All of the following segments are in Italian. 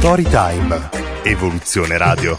Storytime. Evoluzione Radio.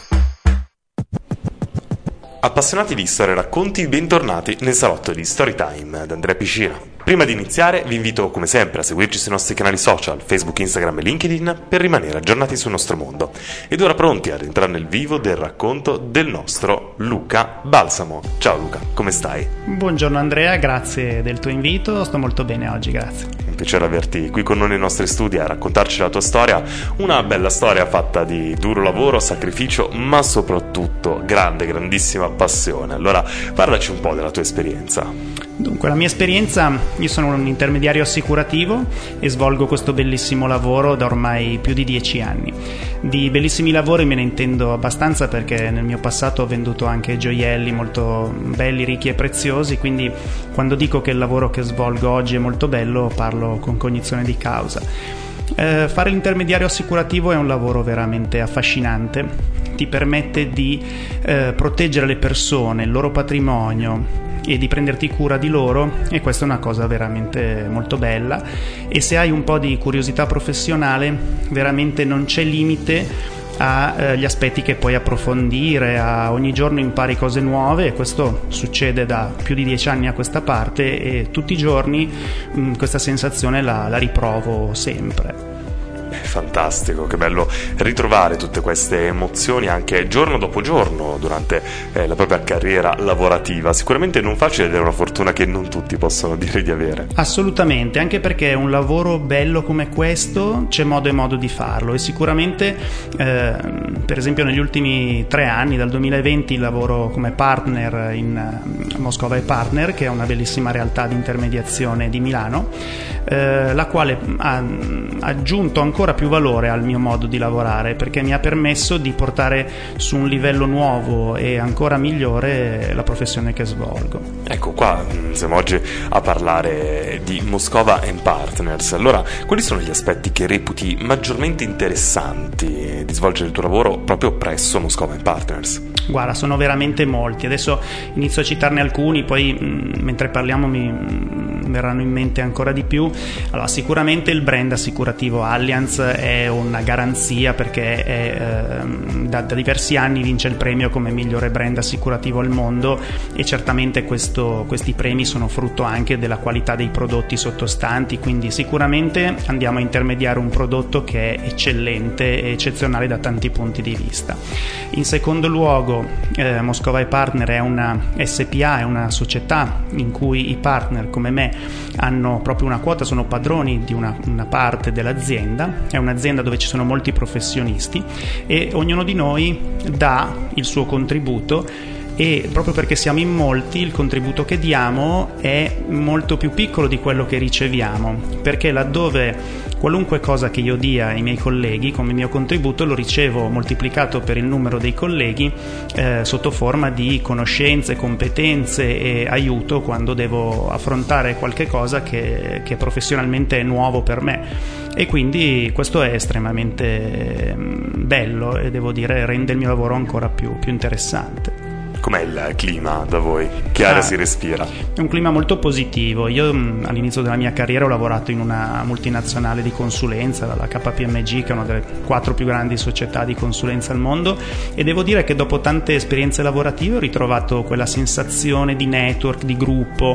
Appassionati di storie e racconti, bentornati nel salotto di Storytime da Andrea Piscina. Prima di iniziare vi invito come sempre a seguirci sui nostri canali social, Facebook, Instagram e LinkedIn per rimanere aggiornati sul nostro mondo. Ed ora pronti ad entrare nel vivo del racconto del nostro Luca Balsamo. Ciao Luca, come stai? Buongiorno Andrea, grazie del tuo invito, sto molto bene oggi, grazie. Un piacere averti qui con noi nei nostri studi a raccontarci la tua storia, una bella storia fatta di duro lavoro, sacrificio, ma soprattutto grandissima passione. Allora parlaci un po' della tua esperienza. Dunque, la mia esperienza, io sono un intermediario assicurativo e svolgo questo bellissimo lavoro da ormai più di 10 anni. Di bellissimi lavori me ne intendo abbastanza perché nel mio passato ho venduto anche gioielli molto belli, ricchi e preziosi, quindi quando dico che il lavoro che svolgo oggi è molto bello parlo con cognizione di causa. Fare l'intermediario assicurativo è un lavoro veramente affascinante, ti permette di proteggere le persone, il loro patrimonio e di prenderti cura di loro, e questa è una cosa veramente molto bella, e se hai un po' di curiosità professionale veramente non c'è limite agli aspetti che puoi approfondire, ogni giorno impari cose nuove, e questo succede da più di 10 anni a questa parte, e tutti i giorni questa sensazione la riprovo sempre. Fantastico, che bello ritrovare tutte queste emozioni anche giorno dopo giorno durante la propria carriera lavorativa. Sicuramente non facile ed è una fortuna che non tutti possono dire di avere. Assolutamente, anche perché un lavoro bello come questo c'è modo e modo di farlo, e sicuramente per esempio negli ultimi 3 anni, dal 2020, lavoro come partner in Moscova Partner, che è una bellissima realtà di intermediazione di Milano, la quale ha aggiunto ancora più valore al mio modo di lavorare, perché mi ha permesso di portare su un livello nuovo e ancora migliore la professione che svolgo. Ecco, qua siamo oggi a parlare di Moscova Partners. Allora, quali sono gli aspetti che reputi maggiormente interessanti di svolgere il tuo lavoro proprio presso Moscova Partners? Guarda, sono veramente molti. Adesso inizio a citarne alcuni, poi mentre parliamo mi verranno in mente ancora di più. Allora, sicuramente il brand assicurativo Allianz è una garanzia, perché da diversi anni vince il premio come migliore brand assicurativo al mondo, e certamente questi premi sono frutto anche della qualità dei prodotti sottostanti, quindi sicuramente andiamo a intermediare un prodotto che è eccellente e eccezionale da tanti punti di vista. In secondo luogo, Moscova Partner è una SPA, è una società in cui i partner come me hanno proprio una quota, sono padroni di una parte dell'azienda. È un'azienda dove ci sono molti professionisti e ognuno di noi dà il suo contributo, e proprio perché siamo in molti il contributo che diamo è molto più piccolo di quello che riceviamo, perché laddove qualunque cosa che io dia ai miei colleghi come mio contributo lo ricevo moltiplicato per il numero dei colleghi sotto forma di conoscenze, competenze e aiuto quando devo affrontare qualche cosa che professionalmente è nuovo per me, e quindi questo è estremamente bello e devo dire rende il mio lavoro ancora più interessante. Com'è il clima da voi? Che aria si respira? È un clima molto positivo. Io all'inizio della mia carriera ho lavorato in una multinazionale di consulenza, la KPMG, che è una delle 4 più grandi società di consulenza al mondo, e devo dire che dopo tante esperienze lavorative ho ritrovato quella sensazione di network, di gruppo,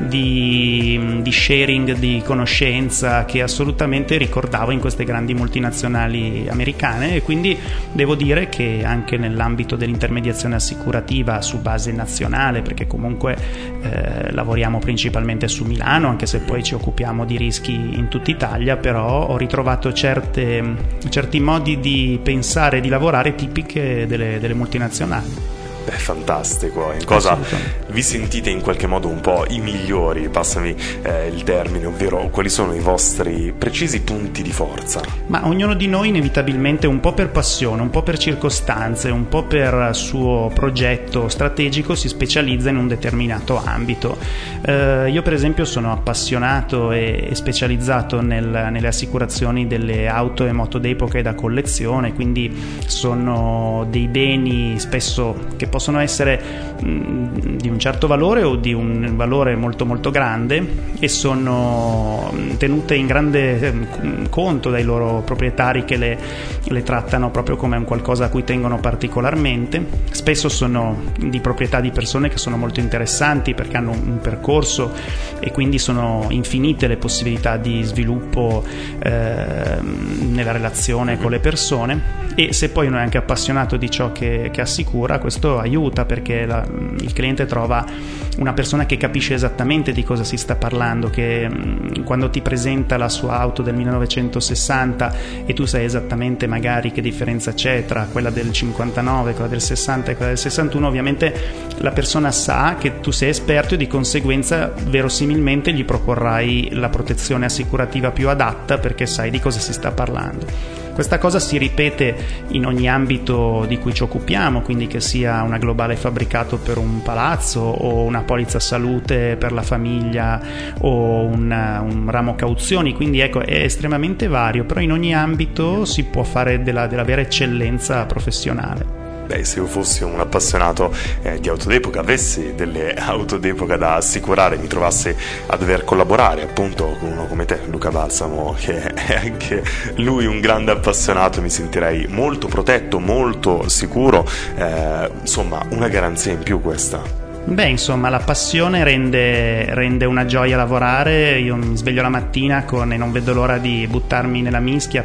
di sharing, di conoscenza che assolutamente ricordavo in queste grandi multinazionali americane, e quindi devo dire che anche nell'ambito dell'intermediazione assicurativa su base nazionale, perché comunque lavoriamo principalmente su Milano, anche se poi ci occupiamo di rischi in tutta Italia, però ho ritrovato certi modi di pensare e di lavorare tipiche delle multinazionali. Beh, fantastico. In cosa vi sentite in qualche modo un po' i migliori, passami il termine, ovvero quali sono i vostri precisi punti di forza? Ma ognuno di noi inevitabilmente, un po' per passione, un po' per circostanze, un po' per suo progetto strategico, si specializza in un determinato ambito. Io per esempio sono appassionato e specializzato nelle assicurazioni delle auto e moto d'epoca e da collezione, quindi sono dei beni spesso che possono essere di un certo valore o di un valore molto molto grande e sono tenute in grande conto dai loro proprietari che le trattano proprio come un qualcosa a cui tengono particolarmente. Spesso sono di proprietà di persone che sono molto interessanti perché hanno un percorso e quindi sono infinite le possibilità di sviluppo nella relazione con le persone, e se poi uno è anche appassionato di ciò che assicura, questo aiuta perché il cliente trova una persona che capisce esattamente di cosa si sta parlando, che quando ti presenta la sua auto del 1960 e tu sai esattamente magari che differenza c'è tra quella del 59, quella del 60 e quella del 61, ovviamente la persona sa che tu sei esperto e di conseguenza verosimilmente gli proporrai la protezione assicurativa più adatta perché sai di cosa si sta parlando. Questa cosa si ripete in ogni ambito di cui ci occupiamo, quindi che sia una globale fabbricato per un palazzo o una polizza salute per la famiglia o un ramo cauzioni, quindi ecco, è estremamente vario, però in ogni ambito si può fare della vera eccellenza professionale. Beh, se io fossi un appassionato di auto d'epoca, avessi delle auto d'epoca da assicurare, mi trovassi a dover collaborare appunto con uno come te, Luca Balsamo, che è anche lui un grande appassionato, mi sentirei molto protetto, molto sicuro, insomma una garanzia in più questa. Beh, insomma, la passione rende una gioia lavorare. Io mi sveglio la mattina e non vedo l'ora di buttarmi nella mischia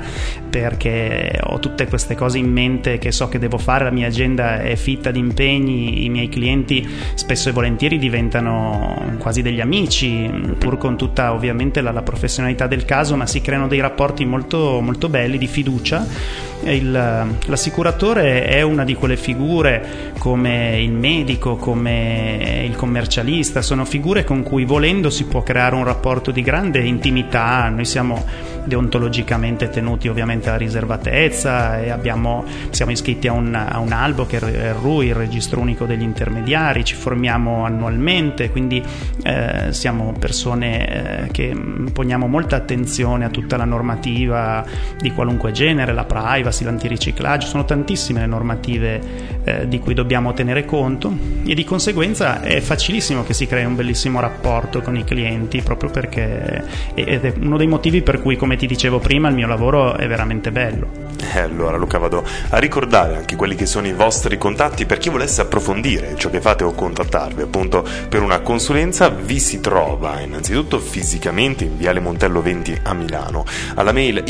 perché ho tutte queste cose in mente che so che devo fare, la mia agenda è fitta di impegni, i miei clienti spesso e volentieri diventano quasi degli amici, pur con tutta ovviamente la professionalità del caso, ma si creano dei rapporti molto, molto belli di fiducia. L'assicuratore è una di quelle figure come il medico, come il commercialista, sono figure con cui volendo si può creare un rapporto di grande intimità. Noi siamo deontologicamente tenuti ovviamente alla riservatezza e siamo iscritti a un albo che è il RUI, il registro unico degli intermediari, ci formiamo annualmente, quindi siamo persone che poniamo molta attenzione a tutta la normativa di qualunque genere, la privacy, l'antiriciclaggio, sono tantissime le normative di cui dobbiamo tenere conto e di conseguenza è facilissimo che si crei un bellissimo rapporto con i clienti, proprio perché ed è uno dei motivi per cui, come ti dicevo prima, il mio lavoro è veramente bello. Allora Luca, vado a ricordare anche quelli che sono i vostri contatti per chi volesse approfondire ciò che fate o contattarvi appunto per una consulenza. Vi si trova innanzitutto fisicamente in Viale Montello 20 a Milano, alla mail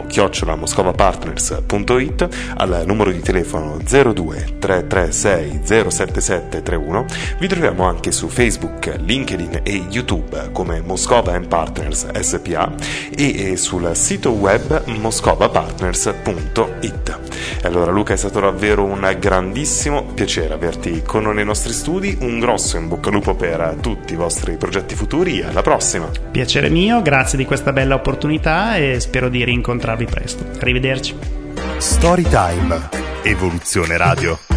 info@moscovapartners.it, al numero di telefono 02 336 077 31. Vi troviamo anche su Facebook, LinkedIn e YouTube come Moscova & Partners SPA e sul sito web moscovapartners.it. Allora Luca, è stato davvero un grandissimo piacere averti con noi nei nostri studi, un grosso in bocca al lupo per tutti i vostri progetti futuri e alla prossima. Piacere mio, grazie di questa bella opportunità e spero di rincontrarvi presto. Arrivederci. Storytime, Evoluzione Radio.